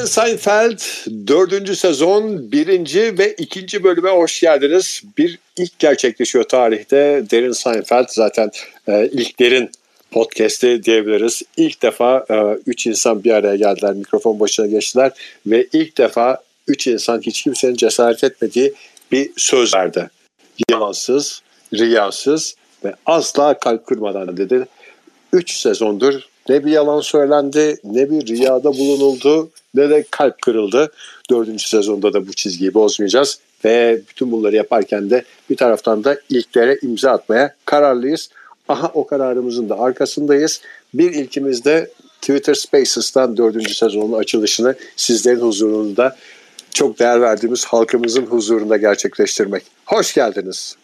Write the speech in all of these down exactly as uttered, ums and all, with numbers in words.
Derin Seinfeld dördüncü sezon birinci ve ikinci bölüme hoş geldiniz. Bir ilk gerçekleşiyor tarihte. Derin Seinfeld zaten e, ilklerin podcast'i diyebiliriz. İlk defa e, üç insan bir araya geldiler, mikrofon başına geçtiler ve ilk defa üç insan hiç kimsenin cesaret etmediği bir söz verdi. Yalansız, riyasız ve asla kalp kırmadan dedi. Üç sezondur ne bir yalan söylendi, ne bir riyada bulunuldu, ne de kalp kırıldı. Dördüncü sezonda da bu çizgiyi bozmayacağız. Ve bütün bunları yaparken de bir taraftan da ilklere imza atmaya kararlıyız. Aha, o kararımızın da arkasındayız. Bir ilkimiz de Twitter Spaces'tan dördüncü sezonun açılışını sizlerin huzurunda, çok değer verdiğimiz halkımızın huzurunda gerçekleştirmek. Hoş geldiniz.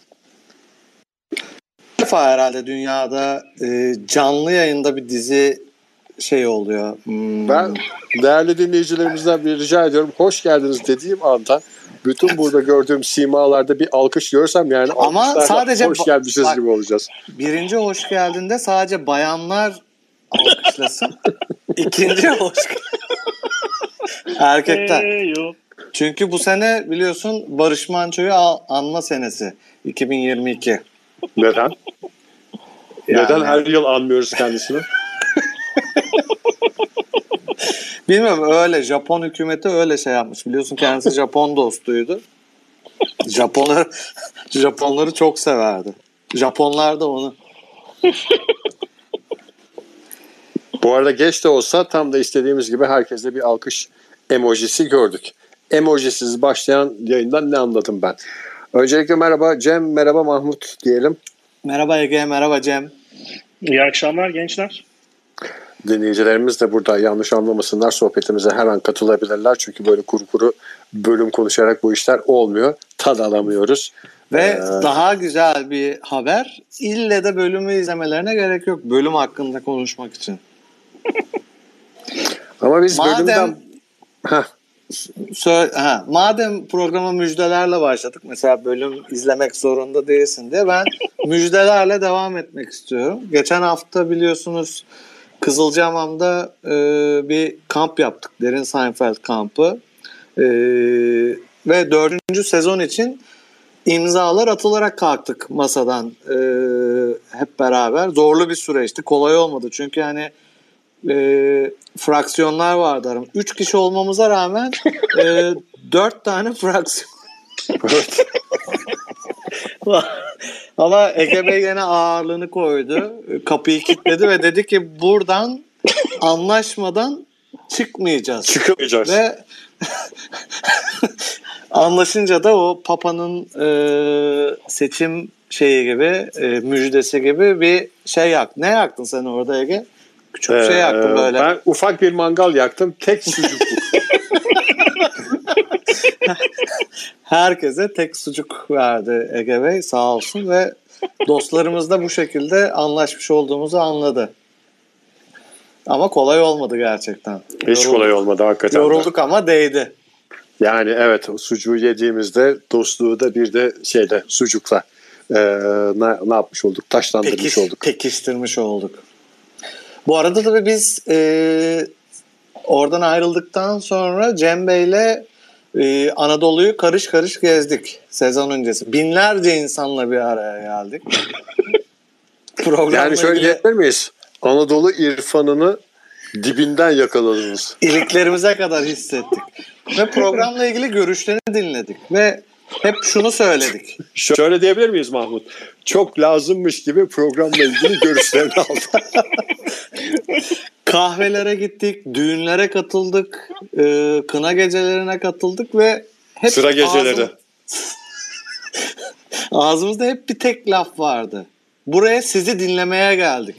Bir defa herhalde dünyada e, canlı yayında bir dizi şey oluyor. Hmm. Ben değerli dinleyicilerimizden bir rica ediyorum. Hoş geldiniz dediğim anda bütün burada gördüğüm simalarda bir alkış görsem yani ama sadece hoş gelmişiz bak, gibi olacağız. Birinci hoş geldiğinde sadece bayanlar alkışlasın. İkinci hoş erkekler. Hey, çünkü bu sene biliyorsun Barış Manço'yu anma senesi iki bin yirmi iki. Neden? Yani... Neden her yıl anmıyoruz kendisini? Bilmiyorum, öyle Japon hükümeti öyle şey yapmış. Biliyorsun kendisi Japon dostuydu. Japonlar Japonları çok severdi. Japonlar da onu. Bu arada geç de olsa tam da istediğimiz gibi herkeste bir alkış emojisi gördük. Emojisiz başlayan yayından ne anladım ben? Öncelikle merhaba Cem, merhaba Mahmut diyelim. Merhaba Ege, merhaba Cem. İyi akşamlar gençler. Dinleyicilerimiz de burada yanlış anlamasınlar, sohbetimize her an katılabilirler. Çünkü böyle kuru kuru bölüm konuşarak bu işler olmuyor. Tad alamıyoruz. Ve ee... daha güzel bir haber. İlle de bölümü izlemelerine gerek yok. Bölüm hakkında konuşmak için. Ama biz madem, bölümden... Söyle, ha, madem programa müjdelerle başladık. Mesela bölüm izlemek zorunda değilsin diye ben müjdelerle devam etmek istiyorum. Geçen hafta biliyorsunuz Kızılcahamam'da e, bir kamp yaptık. Derin Seinfeld kampı. E, ve dördüncü sezon için imzalar atılarak kalktık masadan e, hep beraber. Zorlu bir süreçti. Kolay olmadı. Çünkü hani e, fraksiyonlar vardı aram. Üç kişi olmamıza rağmen e, dört tane fraksiyon. Ama Ege Bey gene ağırlığını koydu. Kapıyı kilitledi ve dedi ki buradan anlaşmadan çıkmayacağız. Çıkamayacağız. Ve anlaşınca da o Papa'nın e, seçim şeyi gibi, e, müjdesi gibi bir şey yaktı. Ne yaktın sen orada Ege? Küçük bir şey yaktım böyle. Ben ufak bir mangal yaktım. Tek sucukluk. Herkese tek sucuk verdi Ege Bey, sağ olsun, ve dostlarımız da bu şekilde anlaşmış olduğumuzu anladı. Ama kolay olmadı gerçekten. Hiç Yorulduk. kolay olmadı hakikaten. Yorulduk ama değdi. Yani evet, sucuğu yediğimizde dostluğu da bir de şeyde sucukla ee, ne, ne yapmış olduk? Taşlandırmış Pekiş, olduk. Pekiştirmiş olduk. Bu arada tabii biz e, oradan ayrıldıktan sonra Cem Bey'le e, Anadolu'yu karış karış gezdik sezon öncesi. Binlerce insanla bir araya geldik. Yani şöyle ilgili... diyebilir miyiz? Anadolu irfanını dibinden yakaladınız. İliklerimize kadar hissettik. Ve programla ilgili görüşlerini dinledik. Ve hep şunu söyledik. Şöyle diyebilir miyiz Mahmut? Çok lazımmış gibi programla ilgili görüşlerini aldık. Kahvelere gittik, düğünlere katıldık, e, kına gecelerine katıldık ve hep sıra geceleri. Ağzım... Ağzımızda hep bir tek laf vardı. Buraya sizi dinlemeye geldik.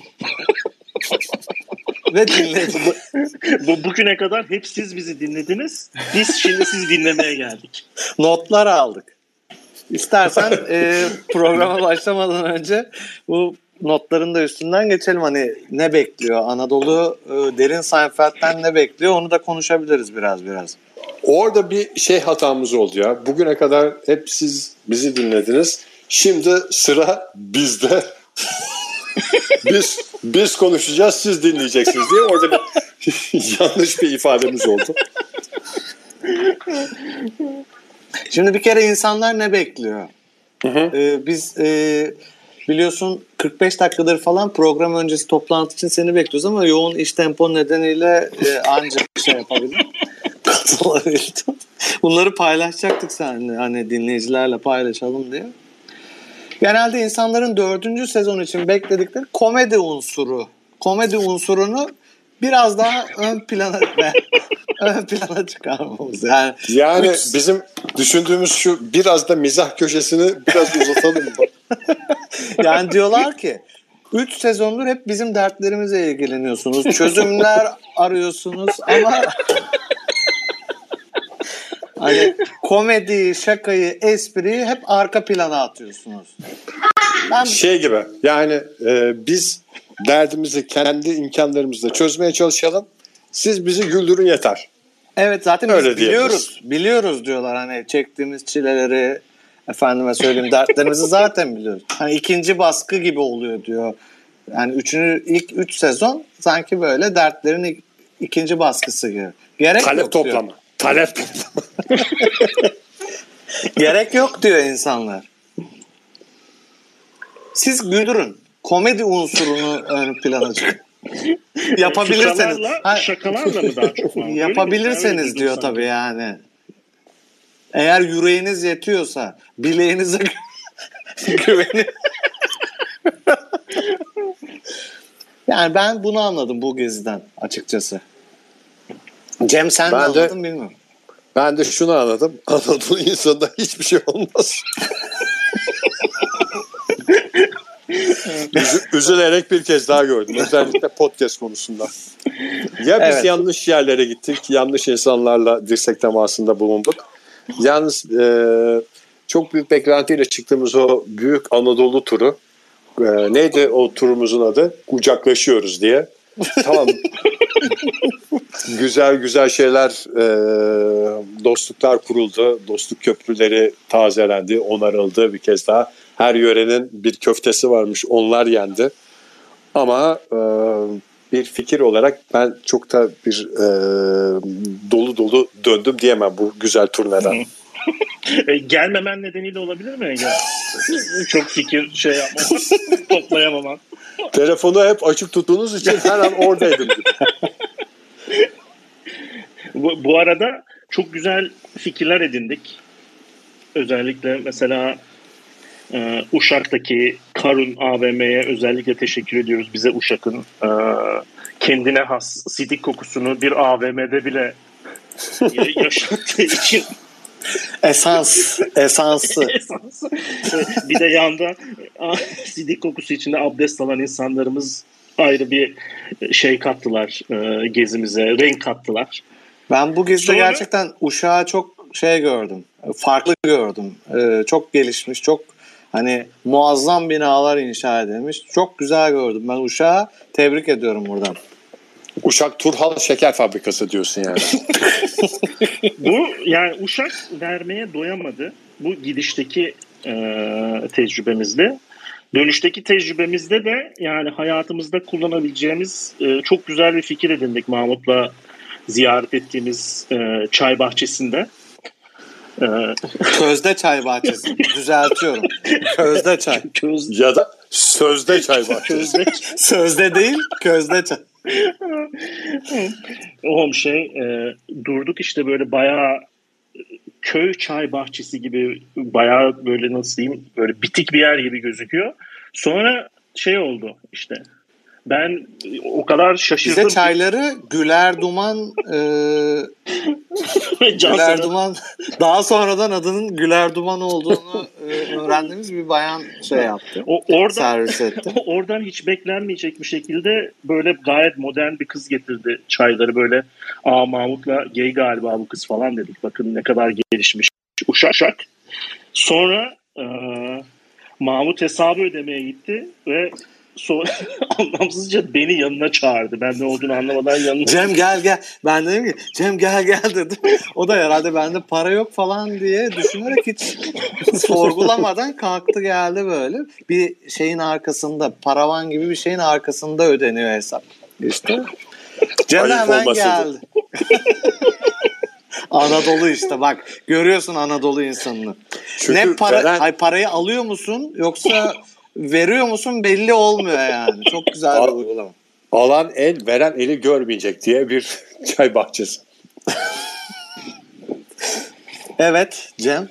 Ve dinledik. Bu, bugüne kadar hep siz bizi dinlediniz. Biz şimdi sizi dinlemeye geldik. Notlar aldık. İstersen e, programa başlamadan önce bu notların da üstünden geçelim. Hani ne bekliyor? Anadolu e, Derin Seinfeld'den ne bekliyor? Onu da konuşabiliriz biraz biraz. Orada bir şey hatamız oldu ya. Bugüne kadar hep siz bizi dinlediniz. Şimdi sıra bizde. biz biz konuşacağız, siz dinleyeceksiniz diye orada bir yanlış bir ifademiz oldu. Şimdi bir kere insanlar ne bekliyor? Hı hı. Ee, biz e, biliyorsun kırk beş dakikadır falan program öncesi toplantı için seni bekliyoruz ama yoğun iş tempo nedeniyle e, ancak şey yapabildim. Katılabildim. Bunları paylaşacaktık seninle, hani dinleyicilerle paylaşalım diye. Genelde insanların dördüncü sezon için bekledikleri komedi unsuru. Komedi unsurunu biraz daha ön plana ön plana çıkarmamız. Yani, Yani üç... bizim düşündüğümüz şu, biraz da mizah köşesini biraz uzatalım mı? Yani diyorlar ki üç sezondur hep bizim dertlerimizle ilgileniyorsunuz. Çözümler arıyorsunuz ama hani komedi, şakayı, espriyi hep arka plana atıyorsunuz. Ben... Şey gibi yani e, biz derdimizi kendi imkanlarımızla çözmeye çalışalım. Siz bizi güldürün yeter. Evet, zaten öyle biz biliyoruz. Biliyoruz diyorlar, hani çektiğimiz çileleri, efendime söyleyeyim dertlerimizi zaten biliyoruz. Hani ikinci baskı gibi oluyor diyor. Yani üçüncü, ilk üç sezon sanki böyle dertlerin ik, ikinci baskısı gibi. Gerek Talep yok toplama. diyor. Talep toplama. Gerek yok diyor insanlar. Siz güldürün. Komedi unsurunu ön plana çıkın. Yapabilirseniz. Şakalarla, şakalarla mı daha çok? Yapabilirseniz diyor tabii yani. Eğer yüreğiniz yetiyorsa, bileğinize güvenin. Yani ben bunu anladım bu geziden açıkçası. Cem sen ben de de, anladın bilmiyorum. Ben de şunu anladım. Anadolu insanında hiçbir şey olmaz. Üzü, üzülerek bir kez daha gördüm. Özellikle podcast konusunda. Ya biz evet. yanlış yerlere gittik, yanlış insanlarla dirsek temasında bulunduk. Yalnız e, çok büyük beklentiyle çıktığımız o büyük Anadolu turu, e, neydi o turumuzun adı? Kucaklaşıyoruz diye. Tamam. güzel güzel şeyler, e, dostluklar kuruldu. Dostluk köprüleri tazelendi, onarıldı bir kez daha. Her yörenin bir köftesi varmış, onlar yendi. Ama e, bir fikir olarak ben çok da bir e, dolu dolu döndüm diyemem bu güzel turnadan. Gelmemen nedeniyle olabilir mi Ege? Çok fikir şey yapmaman, toplayamaman. Telefonu hep açık tuttuğunuz için her an oradaydım gibi. bu, bu arada çok güzel fikirler edindik. Özellikle mesela e, Uşak'taki Karun A V M'ye özellikle teşekkür ediyoruz. Bize Uşak'ın e, kendine has sidik kokusunu bir A V M'de bile yaşattığı için. Esans, esansı. Esansı. Bir de yanda sidik kokusu içinde abdest alan insanlarımız ayrı bir şey kattılar e, gezimize, renk kattılar. Ben bu gezide Sonra... gerçekten Uşak'ı çok şey gördüm, farklı gördüm. Ee, çok gelişmiş, çok hani muazzam binalar inşa edilmiş. Çok güzel gördüm. Ben Uşak'ı tebrik ediyorum buradan. Uşak Turhal Şeker Fabrikası diyorsun yani. Bu yani Uşak vermeye doyamadı. Bu gidişteki e, tecrübemizde. Dönüşteki tecrübemizde de yani hayatımızda kullanabileceğimiz e, çok güzel bir fikir edindik Mahmut'la ziyaret ettiğimiz e, çay bahçesinde. E, Közde çay bahçesi. Düzeltiyorum. Közde çay. Köz... Ya da sözde çay bahçesi. Közde... Sözde değil, közde çay. O şey e, durduk işte böyle bayağı köy çay bahçesi gibi, bayağı böyle nasıl diyeyim, böyle bitik bir yer gibi gözüküyor. Sonra şey oldu işte. Ben o kadar şaşırdım. Bize çayları Güler Duman e, Güler Duman daha sonradan adının Güler Duman olduğunu e, öğrendiğimiz bir bayan şey yaptı. O oradan, servis etti. Oradan hiç beklenmeyecek bir şekilde böyle gayet modern bir kız getirdi çayları böyle. Aa Mahmut'la gay galiba bu kız falan dedik. Bakın ne kadar gelişmiş Uşak. Sonra e, Mahmut hesabı ödemeye gitti ve sonra anlamsızca beni yanına çağırdı. Ben ne olduğunu anlamadan yanına. Cem gel gel. Ben dedim ki Cem gel gel dedim. O da herhalde bende para yok falan diye düşünerek hiç sorgulamadan kalktı geldi böyle. Bir şeyin arkasında, paravan gibi bir şeyin arkasında ödeniyor hesap. İşte. Cem hemen geldi. Anadolu işte bak. Görüyorsun Anadolu insanını. Çünkü ne para veren... ay parayı alıyor musun yoksa veriyor musun belli olmuyor yani. Çok güzel Al, bir uygulama. Alan el, veren eli görmeyecek diye bir çay bahçesi. Evet Cem.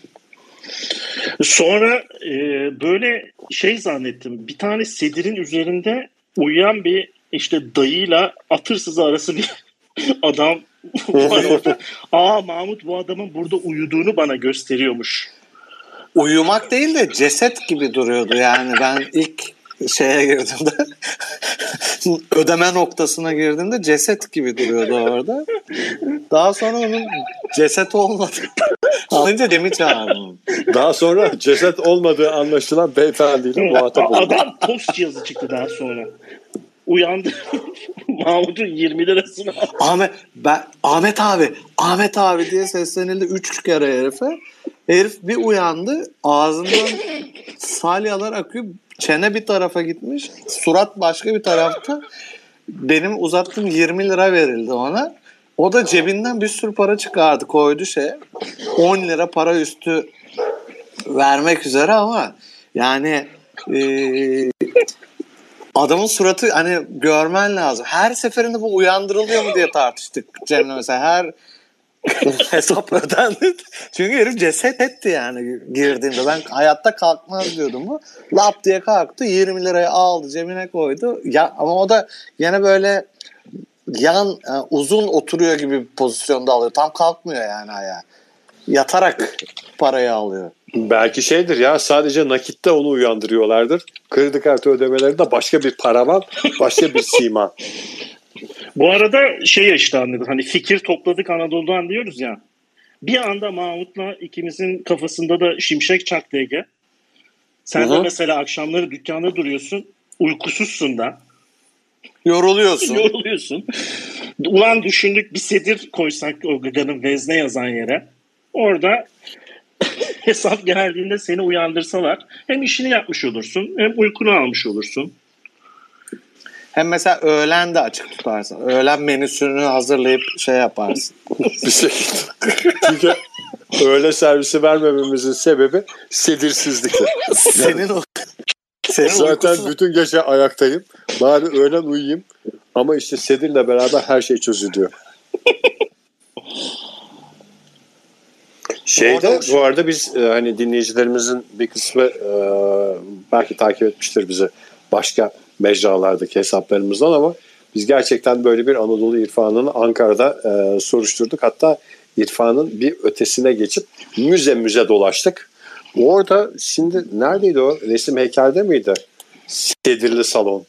Sonra e, böyle şey zannettim. Bir tane sedirin üzerinde uyuyan bir işte dayıyla atırsızı arası bir adam var orada. Aa Mahmut bu adamın burada uyuduğunu bana gösteriyormuş. Uyumak değil de ceset gibi duruyordu yani. Ben ilk şeye girdiğimde ödeme noktasına girdiğimde ceset gibi duruyordu orada. Daha sonra onun ceset olmadı. Alınca Cem'i çağırdım. Daha sonra ceset olmadığı anlaşılan beyefendiyle muhatap oldu. Adam post cihazı çıktı daha sonra. Uyandı. Mahmut'un yirmi lirasını aldı. Ahmet, ben, Ahmet abi, Ahmet abi diye seslenildi üç kere herife. Herif bir uyandı. Ağzından salyalar akıyor. Çene bir tarafa gitmiş. Surat başka bir tarafta. Benim uzattığım yirmi lira verildi ona. O da cebinden bir sürü para çıkardı. Koydu şeye. on lira para üstü vermek üzere ama yani eee adamın suratı hani görmen lazım. Her seferinde bu uyandırılıyor mu diye tartıştık Cem'le mesela. Her hesap ödendi. Çünkü herif ceset etti yani girdiğinde. Ben hayatta kalkmaz diyordum bu. Lap diye kalktı. yirmi lirayı aldı cebine koydu. Ya, ama o da yine böyle yan yani uzun oturuyor gibi bir pozisyonda alıyor. Tam kalkmıyor yani ayağa. Yatarak parayı alıyor. Belki şeydir ya sadece nakitte onu uyandırıyorlardır. Kredi kartı ödemelerinde başka bir paravan, başka bir sima. Bu arada şey işte anladım. Hani fikir topladık Anadolu'dan diyoruz ya. Bir anda Mahmut'la ikimizin kafasında da şimşek çaktı Ege. Sen Hı-hı. de mesela akşamları dükkanda duruyorsun. Uykusuzsun da. Yoruluyorsun. Yoruluyorsun. Ulan düşündük bir sedir koysak o Gaga'nın vezne yazan yere. Orada hesap geldiğinde seni uyandırsalar hem işini yapmış olursun hem uykunu almış olursun. Hem mesela öğlen de açık tutarsın. Öğlen menüsünü hazırlayıp şey yaparsın. Bir şekilde. Çünkü öğle servisi vermememizin sebebi sedirsizliktir. Senin o senin Zaten uykusu... bütün gece ayaktayım. Bari öğlen uyuyayım. Ama işte sedirle beraber her şey çözülüyor. Şeyde Orada... bu arada biz e, hani dinleyicilerimizin bir kısmı e, belki takip etmiştir bizi başka mecralardaki hesaplarımızdan ama biz gerçekten böyle bir Anadolu irfanını Ankara'da e, soruşturduk. Hatta irfanın bir ötesine geçip müze müze dolaştık. Orada şimdi neredeydi o? Resim heykelde miydi? Sedirli salon.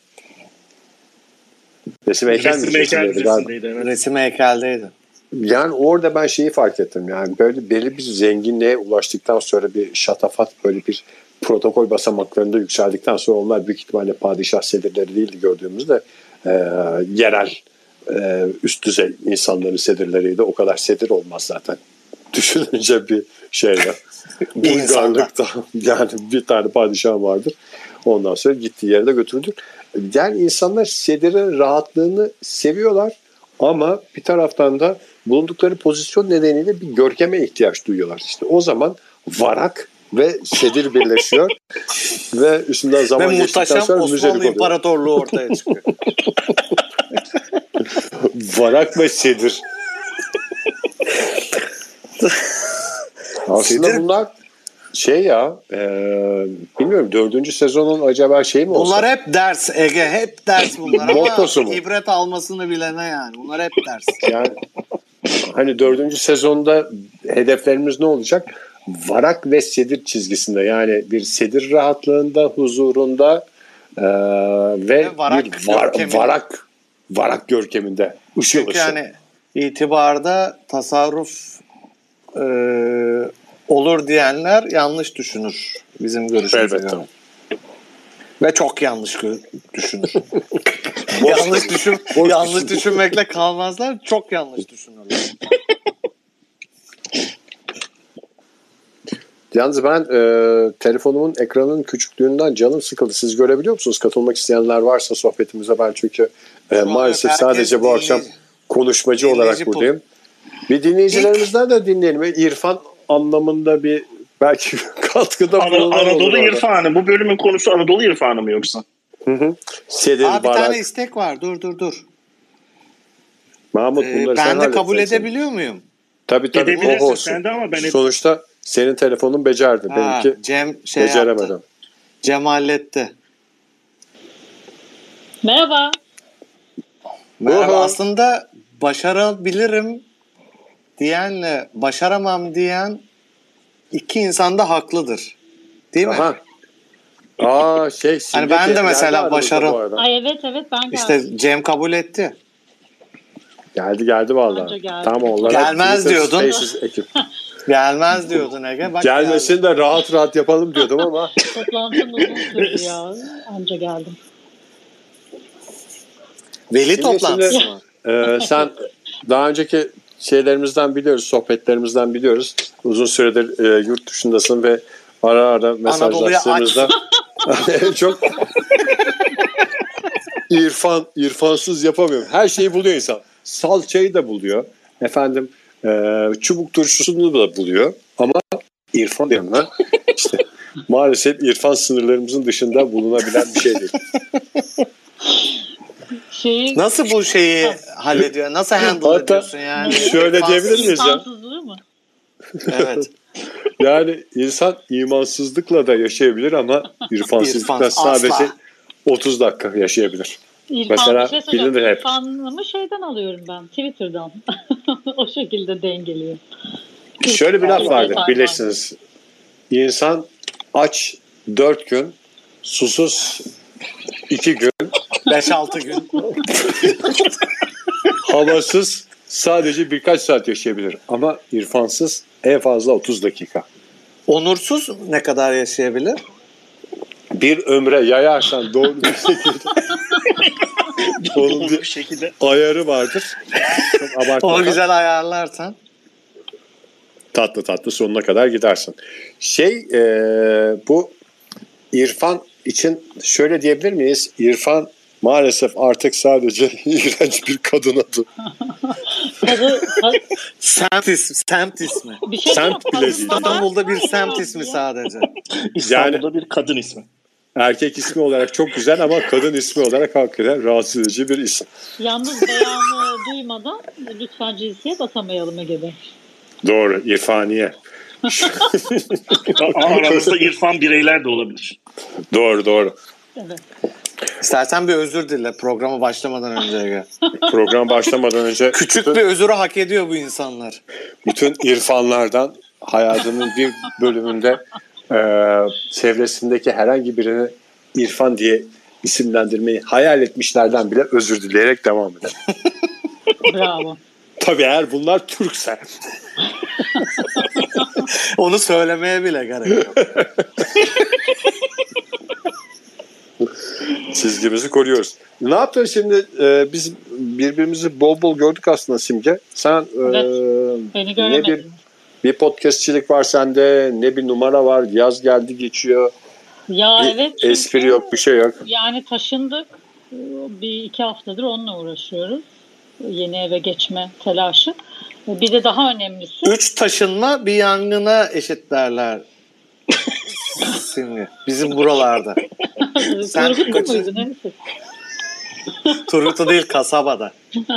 Resim heykel Resim heykeldeydi. Evet. Resim heykeldeydi. Yani orada ben şeyi fark ettim. Yani böyle belli bir zenginliğe ulaştıktan sonra bir şatafat böyle bir protokol basamaklarında yükseldikten sonra onlar büyük ihtimalle padişah sedirleri değildi gördüğümüzde e, yerel e, üst düzey insanların sedirleriydi. O kadar sedir olmaz zaten. Düşününce bir şeyle uygarlıkta yani bir tane padişah vardır. Ondan sonra gittiği yere de götürüldük. Yani insanlar sedirin rahatlığını seviyorlar ama bir taraftan da bulundukları pozisyon nedeniyle bir görkeme ihtiyaç duyuyorlar. İşte o zaman varak ve sedir birleşiyor ve üstünden zaman ve geçtikten sonra müzelik oluyor. Osmanlı İmparatorluğu ortaya çıkıyor. Varak ve sedir. Aslında sedir... bunlar şey ya e, bilmiyorum dördüncü sezonun acaba şey mi olsa? Bunlar hep ders Ege hep ders bunlar ama mu? ibret almasını bilene yani bunlar hep ders. Yani hani dördüncü sezonda hedeflerimiz ne olacak? Varak ve sedir çizgisinde yani bir sedir rahatlığında huzurunda e, ve, ve varak bir var, varak varak görkeminde ışıl Çünkü ışıl. yani itibarda tasarruf e, olur diyenler yanlış düşünür bizim görüşümüze göre. Ve çok yanlış düşünür. yanlış düşün yanlış düşünmekle kalmazlar, çok yanlış düşünürler. Yalnız ben e, telefonumun ekranının küçüklüğünden canım sıkıldı. Siz görebiliyor musunuz? Katılmak isteyenler varsa sohbetimize ben çünkü e, maalesef sadece bu akşam konuşmacı olarak buradayım. Bir dinleyicilerimizden de dinleyelim. İrfan anlamında bir belki katkıda bulunur. Anadolu İrfanı. Bu bölümün konusu Anadolu İrfanı mı yoksa? Hı hı. Sedir, Aa, bir Barak. Tane istek var. Dur dur dur. Mahmut bunları ee, sen Ben de kabul edebiliyor muyum? Tabii tabii. Edebilirsin sen de ama ben sonuçta senin telefonun becerdi. Ha, benimki Cem şey beceremedim. Yaptı. Cem halletti. Merhaba. Merhaba. Oha. Aslında başarabilirim diyenle başaramam diyen iki insan da haklıdır. Değil mi? Aha. Aa şey. Hani ben de mesela başarım. Ay evet evet ben geldim. İşte Cem kabul etti. Geldi geldi vallahi. Geldi. Tamam olarak. Gelmez diyordun. Gelmez diyordun Ege. Bak gelmesin geldi. De rahat rahat yapalım diyordum ama. Toplantım uzun sürdü ya. Anca geldim. Veli toplantısı mı? E, sen daha önceki şeylerimizden biliyoruz, sohbetlerimizden biliyoruz. Uzun süredir e, yurt dışındasın ve ara ara mesajlaştığımızda çok İrfan, irfansız yapamıyorum. Her şeyi buluyor insan. Salçayı da buluyor. Efendim e, çubuk turşusunu da buluyor. Ama İrfan yanına işte maalesef İrfan sınırlarımızın dışında bulunabilen bir şey değil. Şeyi... Nasıl bu şeyi hallediyor? Nasıl handle Hatta ediyorsun yani? Şöyle diyebilir miyiz ya? İnsansızlığı mı? Evet. Yani insan imansızlıkla da yaşayabilir ama irfansızlıkla İrfan, sadece asla. otuz dakika yaşayabilir. İrfan, mesela şey bilinir hep. İrfan'ımı şeyden alıyorum ben. Twitter'dan. O şekilde dengeliyor. Şöyle bir laf vardır bilirsiniz. İnsan aç dört gün, susuz iki gün, beş altı gün, havasız sadece birkaç saat yaşayabilir. Ama irfansız en fazla otuz dakika. Onursuz ne kadar yaşayabilir? Bir ömre yayarsan doğru bir şekilde onun bir şekilde ayarı vardır. Çok abartmadan. Onu güzel ayarlarsan tatlı tatlı sonuna kadar gidersin. Şey e, bu İrfan için şöyle diyebilir miyiz? İrfan maalesef artık sadece iğrenç bir kadın adı. Semt ismi. Semt ismi. Bir şey semt bile değil. İstanbul'da bir semt ismi sadece. İstanbul'da yani, bir kadın ismi. Erkek ismi olarak çok güzel ama kadın ismi olarak hakikaten rahatsız edici bir isim. Yalnız beyanı duymadan lütfen cinsiyet atamayalım Ege'de. Doğru. İrfaniye. Aramızda İrfan bireyler de olabilir. Doğru doğru. Evet. İstersen bir özür dile programa başlamadan önce Ege. Program başlamadan önce. Küçük bütün, bir özürü hak ediyor bu insanlar. Bütün İrfanlardan hayatının bir bölümünde e, çevresindeki herhangi birini İrfan diye isimlendirmeyi hayal etmişlerden bile özür dileyerek devam edelim. Bravo. Tabii eğer bunlar Türkse. Onu söylemeye bile gerek yok. Çizgimizi koruyoruz. Ne yaptın şimdi? Ee, biz birbirimizi bol bol gördük aslında Simge. Sen evet, e, beni göremedin. Ne bir, bir podcastçilik var sende, ne bir numara var. Yaz geldi geçiyor. Ya bir evet. Espri yok, bir şey yok. Yani taşındık. Bir iki haftadır onunla uğraşıyoruz. Yeni eve geçme telaşı. Bir de daha önemlisi. Üç taşınma bir yangına eşit derler. Simge. Bizim buralarda. Sen Turgut'u muydu? Neresi? Turgut'u değil, kasabada.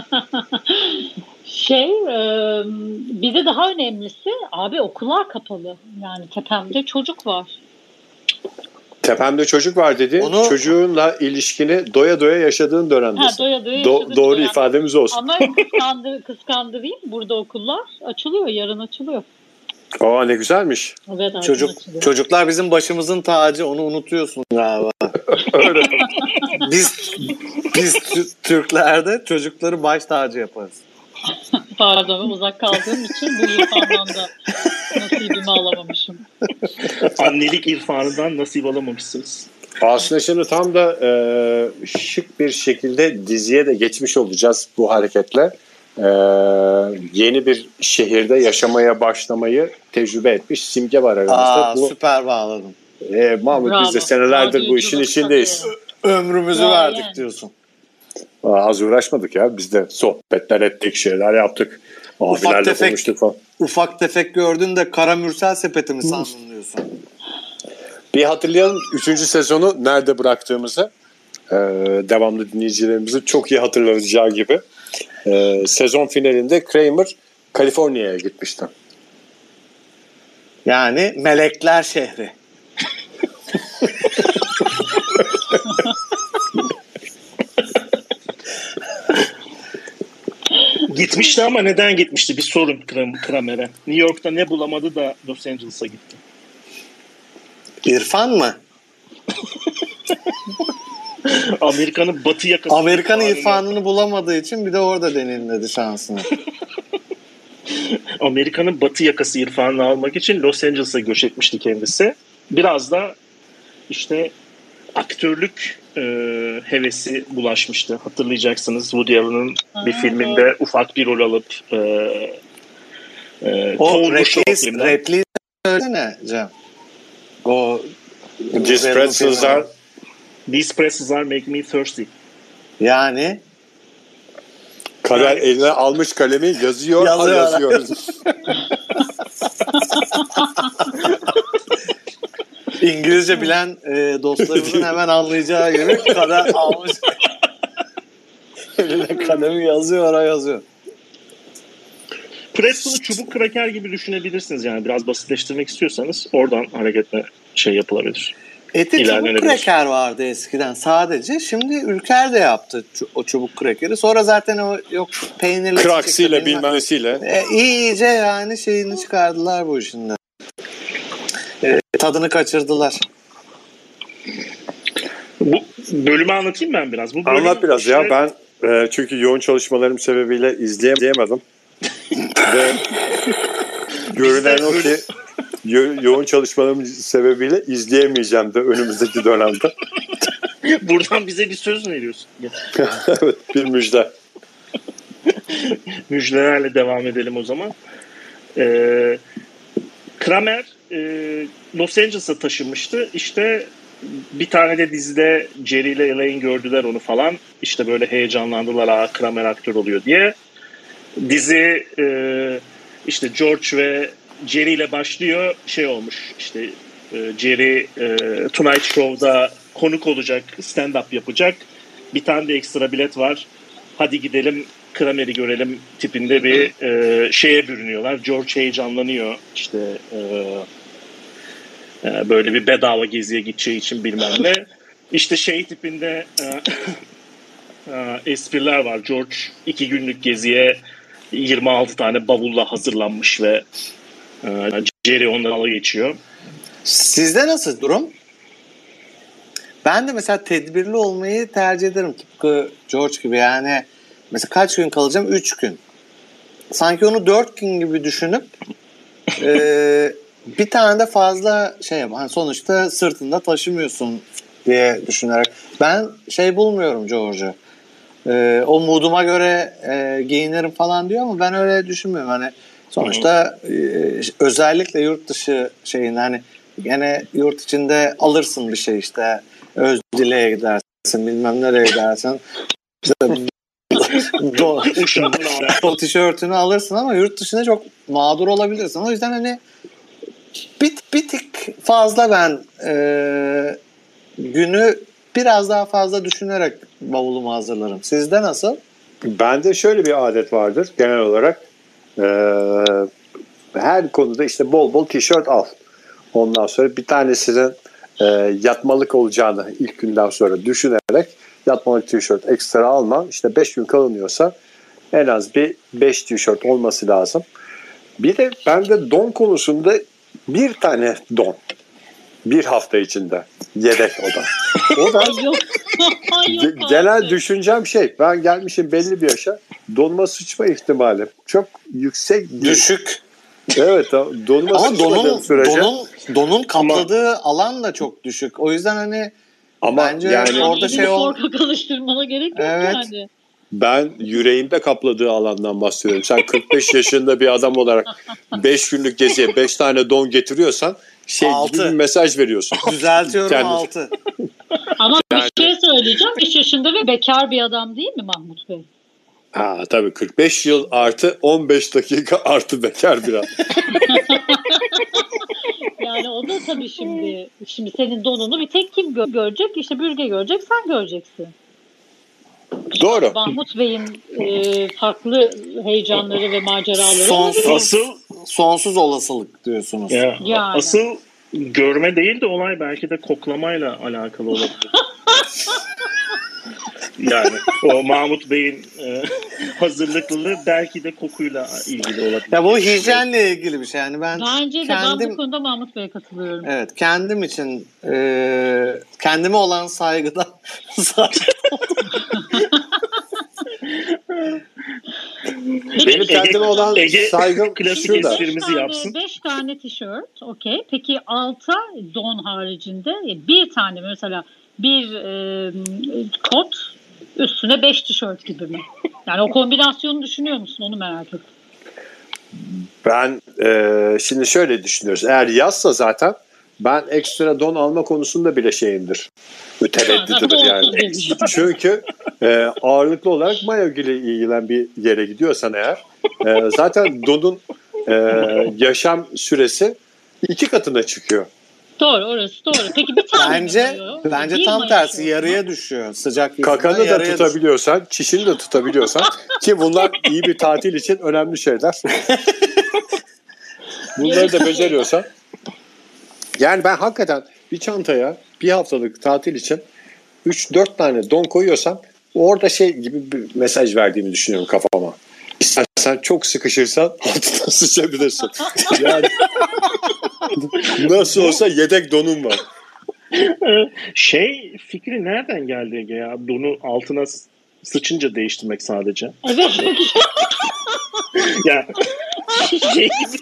Şey, e, bir de daha önemlisi abi okullar kapalı. Yani tepemde çocuk var. Tepemde çocuk var dedi. Onu... Çocuğunla ilişkini doya doya yaşadığın dönemdesin. Ha, doya doya Do- doğru dönem. ifademiz olsun. Ama kıskandır, kıskandırayım. Burada okullar açılıyor. Yarın açılıyor. Aa ne güzelmiş. Evet, Çocuk, çocuklar bizim başımızın tacı. Onu unutuyorsun galiba. Öyle. Biz biz Türklerde çocukları baş tacı yaparız. Pardon, uzak kaldığım için bu irfandan da nasibimi alamamışım. Annelik irfanından nasip alamamışsınız. Aslında şimdi tam da e, şık bir şekilde diziye de geçmiş olacağız bu hareketle. E, yeni bir şehirde yaşamaya başlamayı tecrübe etmiş Simge var aramızda. Aa, bu, süper bağladım. E, Mahmut Bravo. Biz de senelerdir Bravo. Bu işin içindeyiz. Ömrümüzü Bravo. verdik diyorsun. Aa, az uğraşmadık ya. Biz de sohbetler ettik, şeyler yaptık. Abilerle konuştuk falan. Ufak tefek gördün de Kara Mürsel sepeti mi sandın diyorsun? Bir hatırlayalım üçüncü sezonu nerede bıraktığımızı. Ee, devamlı dinleyicilerimizin çok iyi hatırlayacağı gibi. Ee, sezon finalinde Kramer Kaliforniya'ya gitmişti. Yani melekler şehri. Gitmişti ama neden gitmişti? Bir sorun Kramer'e. New York'ta ne bulamadı da Los Angeles'a gitti. İrfan mı? Amerika'nın batı yakası. Amerika'nın irfanını bulamadığı için bir de orada deneyimledi şansını. Amerika'nın batı yakası irfanını almak için Los Angeles'a göç etmişti kendisi. Biraz da işte aktörlük e, hevesi bulaşmıştı. Hatırlayacaksınız Woody Allen'ın bir filminde ufak bir rol alıp e, e, o repliği söylesene Cem. O These pretzels are These pretzels are making me thirsty. Yani Kader eline almış kalemi yazıyor, yazıyor. yazıyor. İngilizce bilen e, dostlarımızın hemen anlayacağı gibi Kader almış. Eline kalemi yazıyor, ara yazıyor. Pretzel'ı çubuk kraker gibi düşünebilirsiniz yani. Biraz basitleştirmek istiyorsanız oradan hareketle şey yapılabilir. Eti çubuk kraker vardı eskiden sadece. Şimdi Ülker de yaptı o çubuk krakeri. Sonra zaten o yok peynirli kraksiyle bilmem nesiyle. E, iyice yani şeyini çıkardılar bu işin de. E, tadını kaçırdılar. Bu bölümü anlatayım ben biraz. Bu Anlat biraz işte... ya ben e, çünkü yoğun çalışmalarım sebebiyle izleyemedim. Ve görünen o ki Yo- yoğun çalışmalarım sebebiyle izleyemeyeceğim de önümüzdeki dönemde. Buradan bize bir söz veriyorsun. Evet, bir müjde. Müjdelerle devam edelim o zaman. Ee, Kramer e, Los Angeles'a taşınmıştı. İşte bir tane de dizide Jerry ile Elaine gördüler onu falan. İşte böyle heyecanlandılar. Aa, Kramer aktör oluyor diye. Dizi e, işte George ve Jerry ile başlıyor, şey olmuş işte e, Jerry e, Tonight Show'da konuk olacak, stand-up yapacak. Bir tane de ekstra bilet var. Hadi gidelim Kramer'i görelim tipinde bir e, şeye bürünüyorlar. George heyecanlanıyor. İşte e, e, böyle bir bedava geziye gideceği için bilmem ne. İşte şey tipinde e, e, espriler var. George iki günlük geziye yirmi altı tane bavulla hazırlanmış ve Jerry ondan ala geçiyor. Sizde nasıl durum? Ben de mesela tedbirli olmayı tercih ederim. Tıpkı George gibi yani. Mesela kaç gün kalacağım? Üç gün. Sanki onu dört gün gibi düşünüp e, bir tane de fazla şey yap. Hani sonuçta sırtında taşımıyorsun diye düşünerek. Ben şey bulmuyorum George'u. E, o mooduma göre e, giyinirim falan diyor ama ben öyle düşünmüyorum. Hani sonuçta e, özellikle yurt dışı şeyin hani gene yurt içinde alırsın bir şey işte Özdile'ye gidersin bilmem nereye gidersin işte do, do tişörtünü alırsın ama yurt dışında çok mağdur olabilirsin. O yüzden hani bir, bir tık fazla ben e, günü biraz daha fazla düşünerek bavulumu hazırlarım. Sizde nasıl? Bende şöyle bir adet vardır genel olarak. Ee, her konuda işte bol bol tişört al. Ondan sonra bir tanesinin e, yatmalık olacağını ilk günden sonra düşünerek yatmalık tişört ekstra alma. İşte beş gün kalınıyorsa en az bir beş tişört olması lazım. Bir de bende don konusunda bir tane don. Bir hafta içinde. Yedek o da. O da genel düşüncem şey. Ben gelmişim belli bir yaşa. Donma sıçma ihtimali çok yüksek. Değil. Düşük. Evet. Donma ama donun, sürece. donun, donun kapladığı ama, alan da çok düşük. O yüzden hani ama bence yani orada şey ol. Korkak alıştırmana gerek yok evet. Yani. Ben yüreğimde kapladığı alandan bahsediyorum. Sen kırk beş yaşında bir adam olarak beş günlük geziye beş tane don getiriyorsan şey altı gibi bir mesaj veriyorsun. Düzeltiyorum altı. Ama yani, bir şey söyleyeceğim. beş yaşında ve bekar bir adam değil mi Mahmut Bey? Ha, tabii kırk beş yıl artı on beş dakika artı bekar biraz. Yani o da tabii şimdi şimdi senin donunu bir tek kim gö- görecek? İşte Bürge görecek, sen göreceksin. Doğru. Mahmut Bey'in e, farklı heyecanları ve maceraları Sonsuz, olabilir. Asıl sonsuz olasılık diyorsunuz. ya, Yani. asıl görme değil de olay belki de koklamayla alakalı olabilir. Yani o Mahmut Bey'in e, hazırlıklılığı belki de kokuyla ilgili olabilir. Ya bu hijyenle ilgili bir şey. Yani ben Bence de kendim ben bu konuda Mahmut Bey'e katılıyorum. evet kendim için e, kendime olan saygıdan Benim kendime olan Ege, saygım klasik şurada. esprimizi yapsın. Beş tane tişört, okey. Peki alta don haricinde bir tane mesela bir e, kot üstüne beş tişört gibi mi? Yani o kombinasyonu düşünüyor musun? Onu merak ettim. Ben e, şimdi şöyle düşünüyoruz. Eğer yazsa zaten ben ekstra don alma konusunda bile şeyimdir. Mütereddididir yani. Çünkü e, ağırlıklı olarak mayo ile ilgilen bir yere gidiyorsan eğer e, zaten donun e, yaşam süresi iki katına çıkıyor. Doğru, orası doğru. Peki bir tane bence bence bir tam tersi mayo yarıya düşüyor. Sıcak yüzünden kakanı da yarıya tutabiliyorsan, çişini de tutabiliyorsan ki bunlar iyi bir tatil için önemli şeyler. Bunları da beceriyorsan. Yani ben hakikaten bir çantaya bir haftalık tatil için üç dört tane don koyuyorsam orada şey gibi bir mesaj verdiğimi düşünüyorum kafama. İstersen çok sıkışırsan altına sıçabilirsin. Yani nasıl olsa yedek donum var. Şey fikri nereden geldi Ege ya? Donu altına sıçınca değiştirmek sadece. Evet. Ya şey gibi.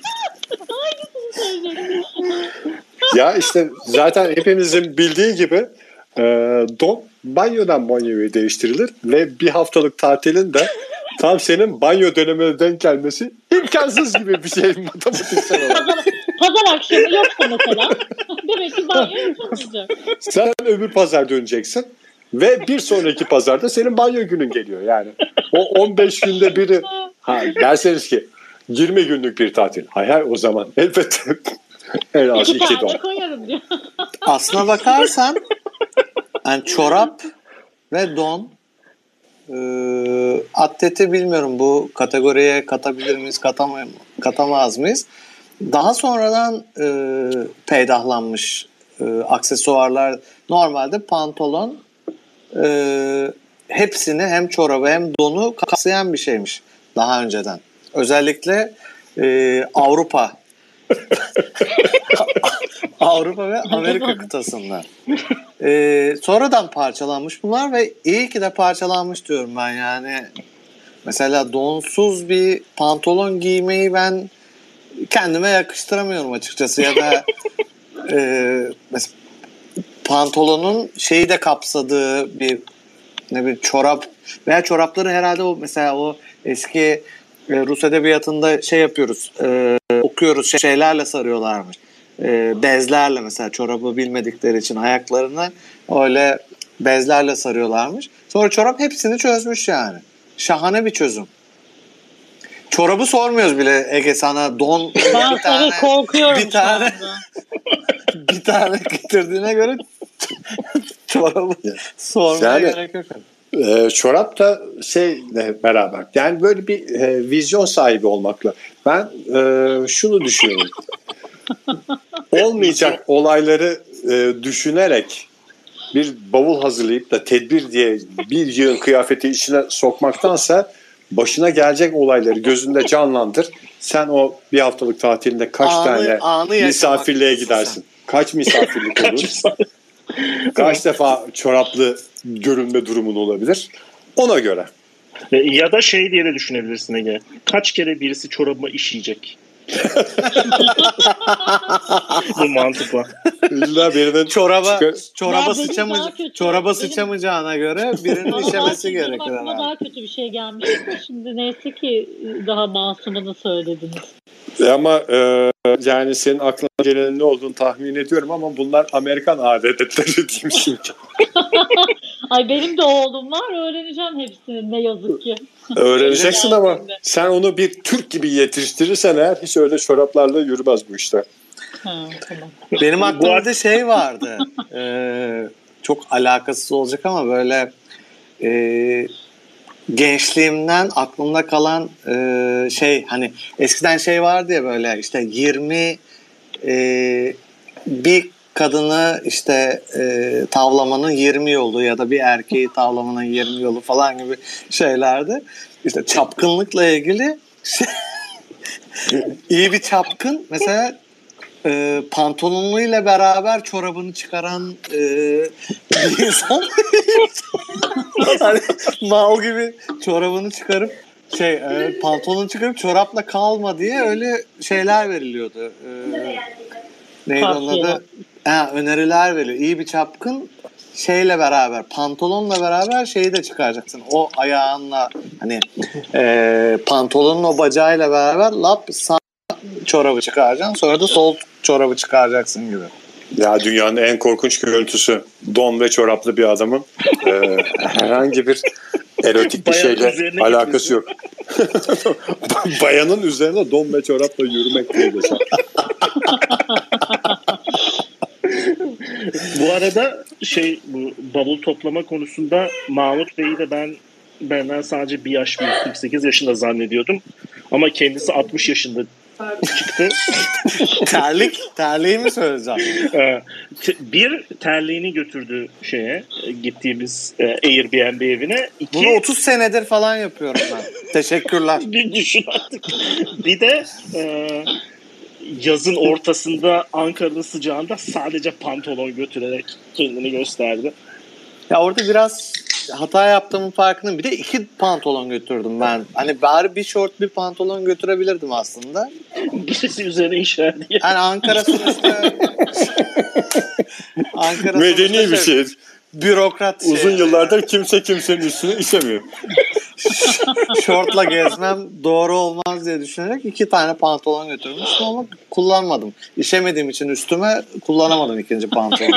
Ya işte zaten hepimizin bildiği gibi e, don banyodan banyoya değiştirilir ve bir haftalık tatilin de tam senin banyo dönemine denk gelmesi imkansız gibi bir şey matematiksel olarak. Pazar, pazar akşamı yoksa mesela demek ki banyo yapılmayacak. Sen öbür pazar döneceksin ve bir sonraki pazarda senin banyo günün geliyor yani. O on beş günde biri ha derseniz ki yirmi günlük bir tatil. Hay hay o zaman elbette en az İki iki don. tane koyarım diyor. Aslına bakarsan yani çorap ve don e, atleti bilmiyorum bu kategoriye katabilir miyiz katamay- katamaz mıyız? Daha sonradan e, peydahlanmış e, aksesuarlar normalde pantolon e, hepsini hem çorabı hem donu kapsayan bir şeymiş daha önceden. Özellikle e, Avrupa Avrupa ve Amerika kıtasında. Ee, sonradan parçalanmış bunlar ve iyi ki de parçalanmış diyorum ben yani. Mesela donsuz bir pantolon giymeyi ben kendime yakıştıramıyorum açıkçası ya da e, mesela pantolonun şeyi de kapsadığı bir ne bileyim çorap veya çorapları herhalde o mesela o eski e, Rus edebiyatında şey yapıyoruz e, okuyoruz şeylerle sarıyorlarmış. E, bezlerle mesela çorabı bilmedikleri için ayaklarını öyle bezlerle sarıyorlarmış. Sonra çorap hepsini çözmüş yani. Şahane bir çözüm. Çorabı sormuyoruz bile Ege sana don Ben bir tane korkuyorum bir tane bir tane getirdiğine göre çorabı sormaya Yani, gerek yok. E, çorap da şeyle beraber yani böyle bir e, vizyon sahibi olmakla ben e, şunu düşünüyorum. Olmayacak olayları e, düşünerek bir bavul hazırlayıp da tedbir diye bir yığın kıyafeti içine sokmaktansa başına gelecek olayları gözünde canlandır. Sen o bir haftalık tatilinde kaç Anı- tane anı misafirliğe yaşamak gidersin? Kaç misafirlik olur? Kaç defa çoraplı görünme durumun olabilir? Ona göre. Ya da şey diye de düşünebilirsin Ege. Kaç kere birisi çorabıma işeyecek? Bu mantıkla. İlla birinin Çoraba çıkar- çoraba Ya benim sıçamı daha kötü. çoraba Benim- sıçamayacağına göre birinin Ama işemesi benim gerekir aklıma herhalde. daha kötü bir şey gelmiş. Şimdi neyse ki daha masumunu söylediniz. Ama e, yani senin aklına gelenin ne olduğunu tahmin ediyorum ama bunlar Amerikan adetleri diyeyim şimdi. Ay benim de oğlum var. Öğreneceğim hepsini ne yazık ki. Öğreneceksin ama sen onu bir Türk gibi yetiştirirsen eğer hiç öyle çoraplarla yürümez bu işler. Ha, tamam. Benim aklımda bir şey vardı. Ee, çok alakasız olacak ama böyle e, gençliğimden aklımda kalan e, şey hani eskiden şey vardı ya böyle işte yirmi e, bir kadını işte e, tavlamanın yirmi yolu ya da bir erkeği tavlamanın yirmi yolu falan gibi şeylerdi. İşte çapkınlıkla ilgili iyi bir çapkın mesela e, pantolonuyla beraber çorabını çıkaran e, bir insan hani mal gibi çorabını çıkarıp şey e, pantolonu çıkarıp çorapla kalma diye öyle şeyler veriliyordu. E, neydi onun adı? Ha, öneriler veriyor. İyi bir çapkın şeyle beraber pantolonla beraber şeyi de çıkaracaksın. O ayağınla hani e, pantolonun o bacağıyla beraber lap sağ çorabı çıkaracaksın. Sonra da sol çorabı çıkaracaksın gibi. Ya dünyanın en korkunç görüntüsü don ve çoraplı bir adamın e, herhangi bir erotik bir Bayanın şeyle alakası yok. Bayanın üzerine don ve çorapla yürümek diye geçer. Bu arada şey bu bavul toplama konusunda Mahmut Bey'i de ben benden sadece bir yaş büyük kırk sekiz yaşında zannediyordum. Ama kendisi altmış yaşında çıktı. Terlik, terliği mi söyleyeceğim? Bir terliğini götürdü şeye gittiğimiz Airbnb evine. İki, bunu otuz senedir falan yapıyorum ben. Teşekkürler. Bir düşün artık. Bir de e, yazın ortasında Ankara'nın sıcağında sadece pantolon götürerek kendini gösterdi. Ya orada biraz hata yaptığımın farkındayım. Bir de iki pantolon götürdüm ben. Hani bari bir şort bir pantolon götürebilirdim aslında. Birisi üzerine işer diye. Yani Ankara sonuçta Ankara medeni bir şey. Bürokrat uzun şey. yıllardır kimse kimsenin üstüne işemiyor. Şortla gezmem doğru olmaz diye düşünerek iki tane pantolon götürmüştüm ama kullanmadım. İşemediğim için üstüme kullanamadım ikinci pantolonu.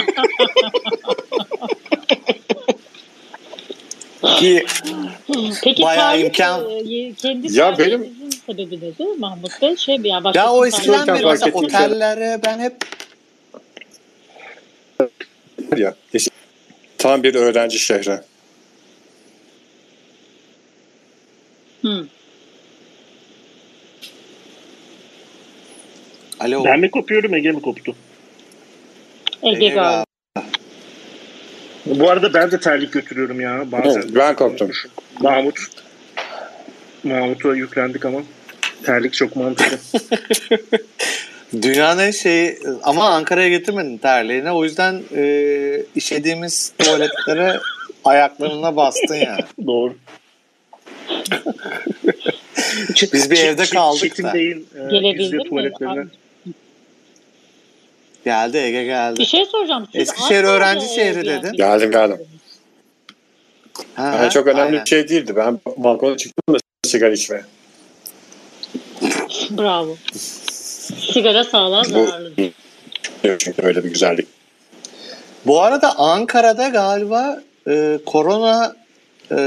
Ki Peki bayağı terlik, imkan. e, kendi Ya terliğinizin sebebi nedir Mahmut Bey? Şey mi ya? Ya o eskiden Fark beri mesela ettim otellere ben hep Ya, tam bir öğrenci şehri. Hı. Alo. Ben mi kopuyorum, Ege mi koptu? Ege galiba. Bu arada ben de terlik götürüyorum ya. Bazen. Hı, ben koptum. Mahmut. Mahmut'a yüklendik ama terlik çok mantıklı. Dünyanın en şeyi ama Ankara'ya getirmedin terliğini. O yüzden e, işediğimiz tuvaletlere ayaklarına bastın yani. Doğru. Biz bir evde kaldık Çetin da. Bey'in e, Gelebildin yüzde mi? tuvaletlerine. Geldi Ege geldi. Bir şey soracağım. Siz Eskişehir Ankara'da öğrenci şehri Airbnb dedin. Geldim geldim. Ha, Yani çok önemli aynen. bir şey değildi. Ben balkona çıktım da sigara içmeye. Bravo. Sigara sağlığa zararlı. Çünkü öyle bir güzellik. Bu arada Ankara'da galiba e, korona e,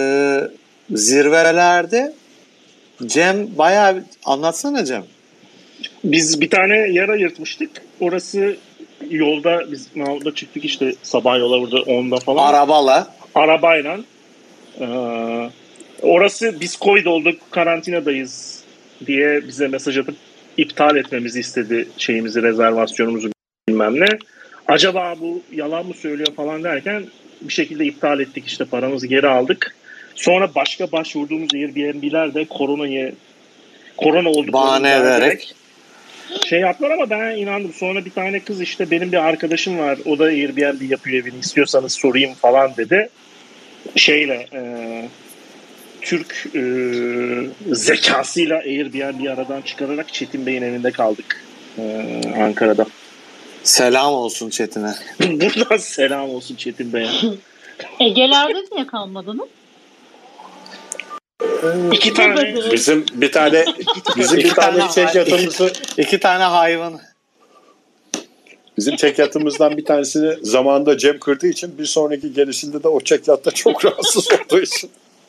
zirvelerde Cem bayağı anlatsana Cem. Biz bir tane yara yırtmıştık. Orası yolda biz Mahmut'la çıktık işte sabah yola burada onda falan. Arabala. Arabayla. Ee, orası biz Covid olduk karantinadayız diye bize mesaj atıp iptal etmemizi istedi şeyimizi, rezervasyonumuzu bilmem ne. Acaba bu yalan mı söylüyor falan derken bir şekilde iptal ettik, işte paramızı geri aldık. Sonra başka başvurduğumuz Airbnb'ler de koronayı korona olduklarını bahane ederek şey yaptılar ama ben inandım. Sonra bir tane kız işte benim bir arkadaşım var, o da Airbnb yapıyor evini, istiyorsanız sorayım falan dedi. Şeyle e, Türk e, zekasıyla Airbnb'yi aradan çıkararak Çetin Bey'in evinde kaldık e, Ankara'da. selam olsun Çetin'e. Buradan selam olsun Çetin Bey'e. Ege'lerde niye kalmadınız? İki tane Bizim bir tane bizim bir İki tane tane şey hay- yatımızı İki tane hayvan. Bizim çekyatımızdan bir tanesini zamanında Cem kırdığı için bir sonraki gelişinde de o çekyatta çok rahatsız olduğu için.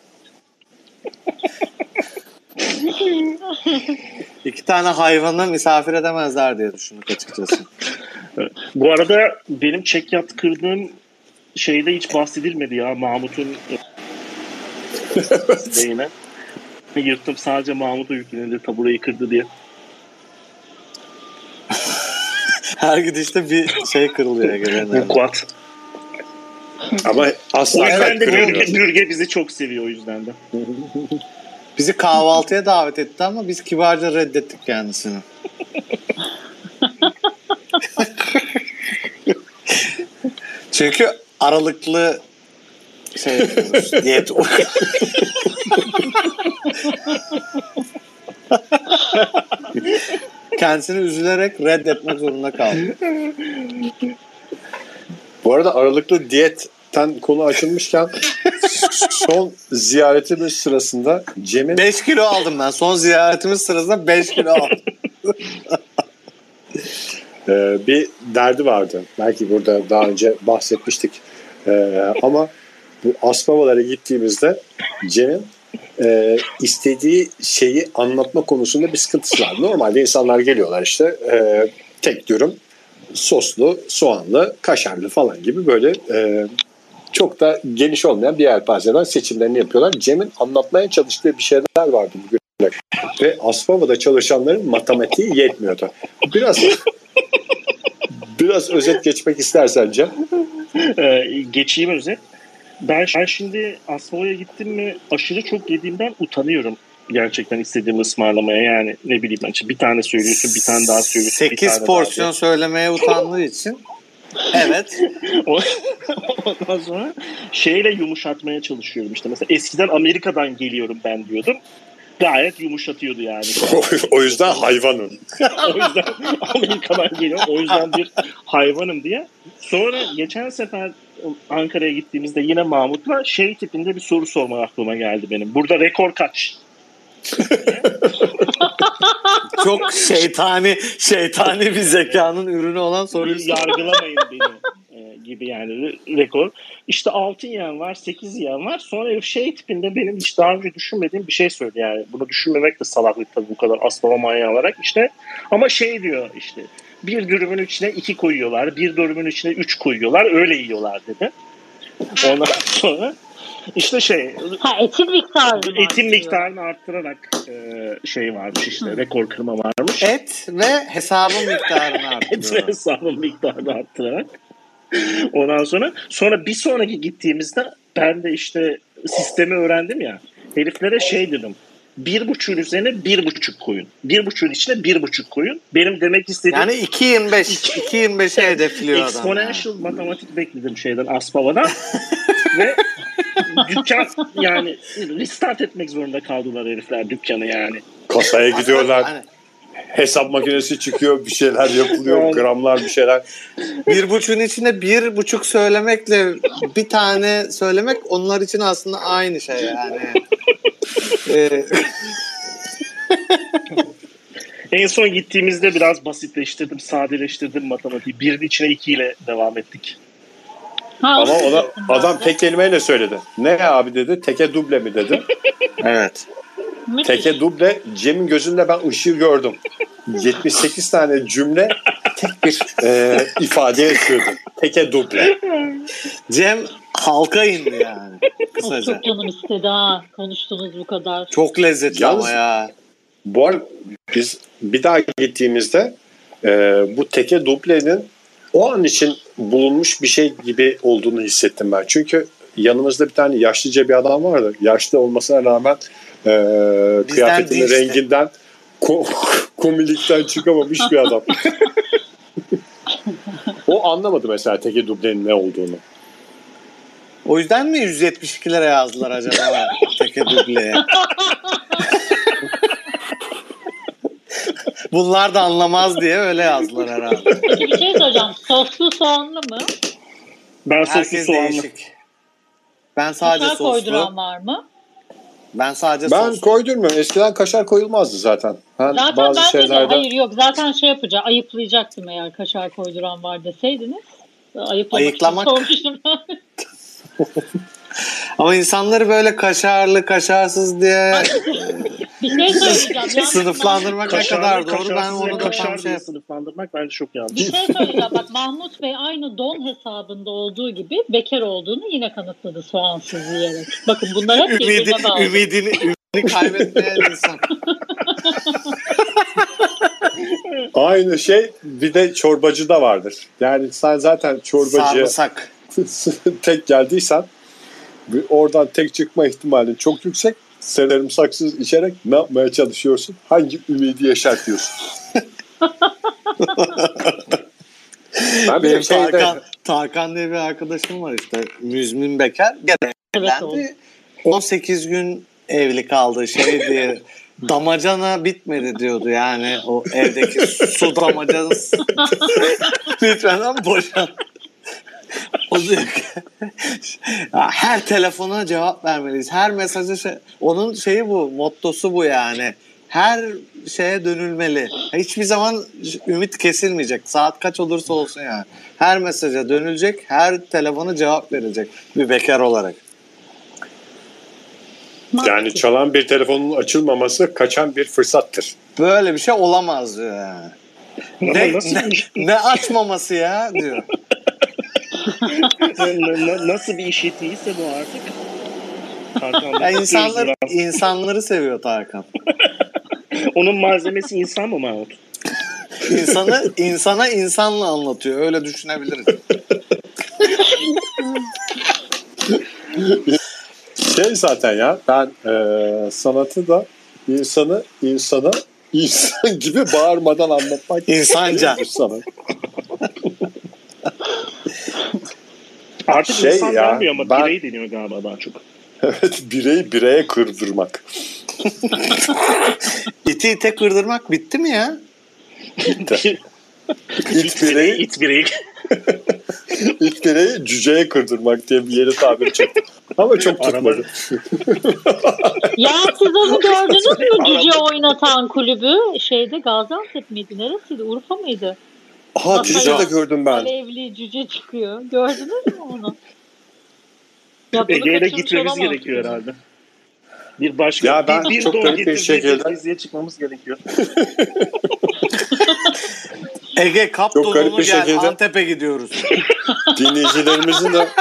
İki tane hayvanı misafir edemezler diye düşündük açıkçası. Bu arada benim çekyat kırdığım şeyde hiç bahsedilmedi ya Mahmut'un deyine. Yırttım sadece Mahmut'a yüklenildi tabureyi kırdı diye. Her gidişte bir şey kırılıyor genelde. Kuat. Ama asla O yüzden de kırılmıyor. Bürge, Bürge bizi çok seviyor o yüzden de. Bizi kahvaltıya davet etti ama biz kibarca reddettik kendisini. Çünkü aralıklı şey yapıyoruz, diyet. Kendisini üzülerek reddetmek zorunda kaldı. Bu arada aralıklı diyetten konu açılmışken son ziyaretimiz sırasında Cem'in beş kilo aldım ben. Son ziyaretimiz sırasında beş kilo aldım. e, bir derdi vardı. Belki burada daha önce bahsetmiştik. E, ama bu Aspavalara gittiğimizde Cem'in e, istediği şeyi anlatma konusunda bir sıkıntısı var. Normalde insanlar geliyorlar işte e, tek dürüm, soslu, soğanlı, kaşarlı falan gibi böyle e, çok da geniş olmayan bir yelpazeden seçimlerini yapıyorlar. Cem'in anlatmaya çalıştığı bir şeyler vardı bugün. Ve Aspava'da çalışanların matematiği yetmiyordu. Biraz biraz özet geçmek istersen Cem. Ee, geçeyim özet. Ben, ben şimdi Aspava'ya gittim mi aşırı çok yediğimden utanıyorum. Gerçekten istediğimi ısmarlamaya yani ne bileyim ben işte bir tane söylüyorsun bir tane daha söylüyorsun. sekiz porsiyon daha söylemeye utandığı için evet. Ondan sonra şeyle yumuşatmaya çalışıyorum işte mesela eskiden Amerika'dan geliyorum ben diyordum. Gayet yumuşatıyordu yani. O yüzden hayvanım. O yüzden Amerika'dan geliyorum. O yüzden bir hayvanım diye. Sonra geçen sefer Ankara'ya gittiğimizde yine Mahmut'la şey tipinde bir soru sormak aklıma geldi benim. Burada rekor kaç? Çok şeytani şeytani bir zekanın ürünü olan soruyu yargılamayın beni e, gibi yani rekor. İşte altı yiyen var, sekiz yiyen var. Sonra şey tipinde benim hiç daha önce düşünmediğim bir şey söyledi yani. Bunu düşünmemek de salaklık tabii bu kadar Aspava manyağı olarak işte. Ama şey diyor işte bir dürümün içine iki koyuyorlar, bir dürümün içine üç koyuyorlar, öyle yiyorlar dedi. Ondan sonra İşte şey ha, etin miktarını etin miktarını arttırarak e, şey varmış işte Hı. rekor kırma varmış. Et ve hesabın miktarını arttırıyor. Et ve hesabın miktarını arttırarak. Ondan sonra sonra bir sonraki gittiğimizde ben de işte sistemi öğrendim ya. Heriflere şey dedim. Bir buçuğun üzerine bir buçuk koyun. Bir buçuğun içine bir buçuk koyun. Benim demek istediğim... Yani iki yirmi beş. iki yirmi beşe hedefliyor adam. Exponential yani. Matematik bekledim şeyden Aspava'dan. Ve dükkan yani restart etmek zorunda kaldılar herifler dükkanı yani. Kasaya gidiyorlar. Hani... Hesap makinesi çıkıyor. Bir şeyler yapılıyor. Yani... Gramlar bir şeyler. Bir buçuğun içinde bir buçuk söylemekle bir tane söylemek onlar için aslında aynı şey yani. ee... En son gittiğimizde biraz basitleştirdim, sadeleştirdim matematiği. Birin içine ikiyle devam ettik. Ha, ama ona adam tek kelimeyle söyledi. Ne abi dedi? Teke duble mi dedi? Evet. Teke duble. Cem'in gözünde ben ışığı gördüm. yetmiş sekiz tane cümle tek bir e, ifadeye sığdı. Teke duble. Cem halka indi yani. Kısaca. Çok canım istedi ha. Konuştunuz bu kadar. Çok lezzetli Yalnız, ama ya. Bu arada biz bir daha gittiğimizde e, bu teke dublenin o an için bulunmuş bir şey gibi olduğunu hissettim ben. Çünkü yanımızda bir tane yaşlıca bir adam vardı. Yaşlı olmasına rağmen e, kıyafetinin işte. renginden ko- komilikten çıkamamış bir adam. O anlamadı mesela teke dublenin ne olduğunu. O yüzden mi yüz yetmiş iki lira yazdılar acaba teke dubleye? Bunlar da anlamaz diye öyle yazdılar herhalde. Peki bir şey soracağım. Soslu soğanlı mı? Ben soslu Herkes soğanlı. Değişik. Ben sadece Kaşar soslu. koyduran var mı? Ben sadece Ben sos... koydurmuyorum. Eskiden kaşar koyulmazdı zaten. Ben Zaten bazı bence şeylerde... de hayır yok. Zaten şey yapacağım. Ayıplayacaktım eğer kaşar koyduran var deseydiniz. Ayıplamak Ayıklamak. sormuştum. Ama insanları böyle kaşarlı, kaşarsız diye bir şey söyleyeceğim. Yalnız sınıflandırmak ne Kaşarlı, kadar doğru, ben kaşarsız ve onu da tam kaşar şey diye sınıflandırmak bence çok yanlış. Bir şey söyleyeceğim. Bak Mahmut Bey aynı don hesabında olduğu gibi bekar olduğunu yine kanıtladı soğansız yiyerek. Bakın bunlar hep Ümidi, birbirine bağlı. ümidini, ümidini kaybetmeyen insan. Aynı şey bir de çorbacıda vardır. Yani sen zaten çorbacıya Sarımsak. tek geldiysen oradan tek çıkma ihtimalin çok yüksek. Sarımsaksız içerek ne yapmaya çalışıyorsun? Hangi ümidi yaşartıyorsun? Ben Benim bir şeyde... Tarkan, Tarkan diye bir arkadaşım var işte. Müzmin bekar. Evet, Evlendi. on sekiz gün evli kaldı şey diye. Damacana bitmedi diyordu yani o evdeki su damacanası. Lütfen lan boşan. O diyor ki, her telefona cevap vermeliyiz. Her mesajı şey, onun şeyi bu, mottosu bu yani. Her şeye dönülmeli. Hiçbir zaman ümit kesilmeyecek. Saat kaç olursa olsun yani. Her mesaja dönülecek, her telefona cevap verilecek bir bekar olarak. Yani çalan bir telefonun açılmaması kaçan bir fırsattır. Böyle bir şey olamaz diyor yani. Ne, Nasıl ne, bir- ne açmaması ya diyor. Na- na- Nasıl bir iş etiğiyse bu artık. Tarkan Ya insanlar, biraz. insanları seviyor Tarkan. Onun malzemesi insan mı Mahmut? İnsanı insana insanla anlatıyor. Öyle düşünebiliriz. Şey zaten ya ben e, sanatı da insanı insana insan gibi bağırmadan anlatmak İnsanca. bir sanat. Artık Şey insan ya, denmiyor ama ben- birey deniyor galiba daha çok. Evet, bireyi bireye kırdırmak. İti ite kırdırmak bitti mi ya? İt it bireyi, bireyi, it bireyi. it bireyi cüceye kırdırmak diye bir yeni tabir çıktı. Ama çok tutmadı. Ya siz onu gördünüz mü Araba- cüce oynatan kulübü? Şeyde Gaziantep miydi? Neresiydi? Urfa mıydı? Aha Twitter'da gördüm ben. Alevli cüce çıkıyor. Gördünüz mü onu? Ya bunu Ege'ye de kaçırmış gitmemiz olamaz. gerekiyor herhalde. Bir başka Ya ben bir, bir çok don garip bir getirdiği şekilde- bir diziye çıkmamız gerekiyor. Ege kap Çok garip dozunu bir gel. şekilde- Antep'e gidiyoruz. Dinleyicilerimizin de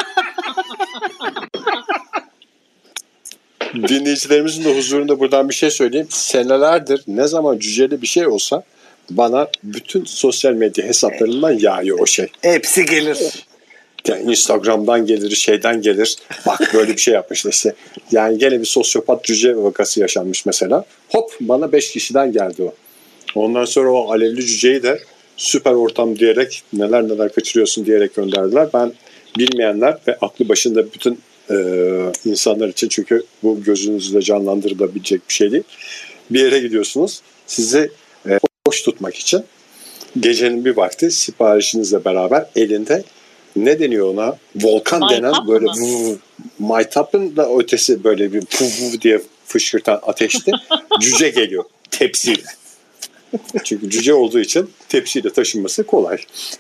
dinleyicilerimizin de huzurunda buradan bir şey söyleyeyim. Senelerdir ne zaman cüceli bir şey olsa bana bütün sosyal medya hesaplarından yağıyor o şey. Hepsi gelir. Yani Instagram'dan gelir, şeyden gelir. Bak böyle bir şey yapmışlar işte. Yani gene bir sosyopat cüce vakası yaşanmış mesela. Hop bana beş kişiden geldi o. Ondan sonra o alevli cüceyi de süper ortam diyerek neler neler kaçırıyorsun diyerek gönderdiler. Ben bilmeyenler ve aklı başında bütün e, insanlar için, çünkü bu gözünüzde canlandırılabilecek bir şey değil. Bir yere gidiyorsunuz. Sizi e, hoş tutmak için gecenin bir vakti siparişinizle beraber elinde ne deniyor ona? Volkan Maytap denen mı? böyle vuv, maytapın da ötesi böyle bir vuv vuv diye fışkırtan ateşli cüce geliyor tepsiyle. Çünkü cüce olduğu için tepsiyle taşınması kolay.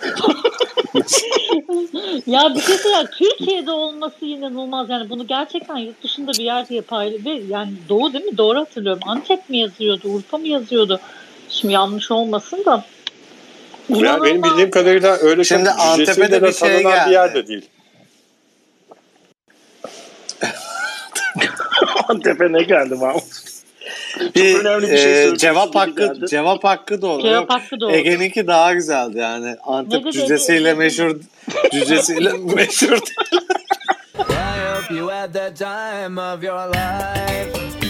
Ya bir şey söyleyeyim. Türkiye'de olması inanılmaz. Yani bunu gerçekten yurt dışında bir yerde yapar. Ve yani Doğu değil mi? Doğru hatırlıyorum. Antep mi yazıyordu? Urfa mı yazıyordu? Şimdi yanlış olmasın da. Yani benim bildiğim kadarıyla öyle Şimdi çok Antep'e cücesiyle de de bir şey tanınan geldi. bir yer de değil. Antep'e ne geldi Mahmut? Bir, önemli bir şey e, söyleyeceksin cevap gibi hakkı geldi. cevap hakkı doğru. Cevap Yok, hakkı doğru. Ege'ninki daha güzeldi yani. Antep Ne dedi, cücesiyle Ege? meşhur cücesiyle meşhur. I hope you had the time of your life.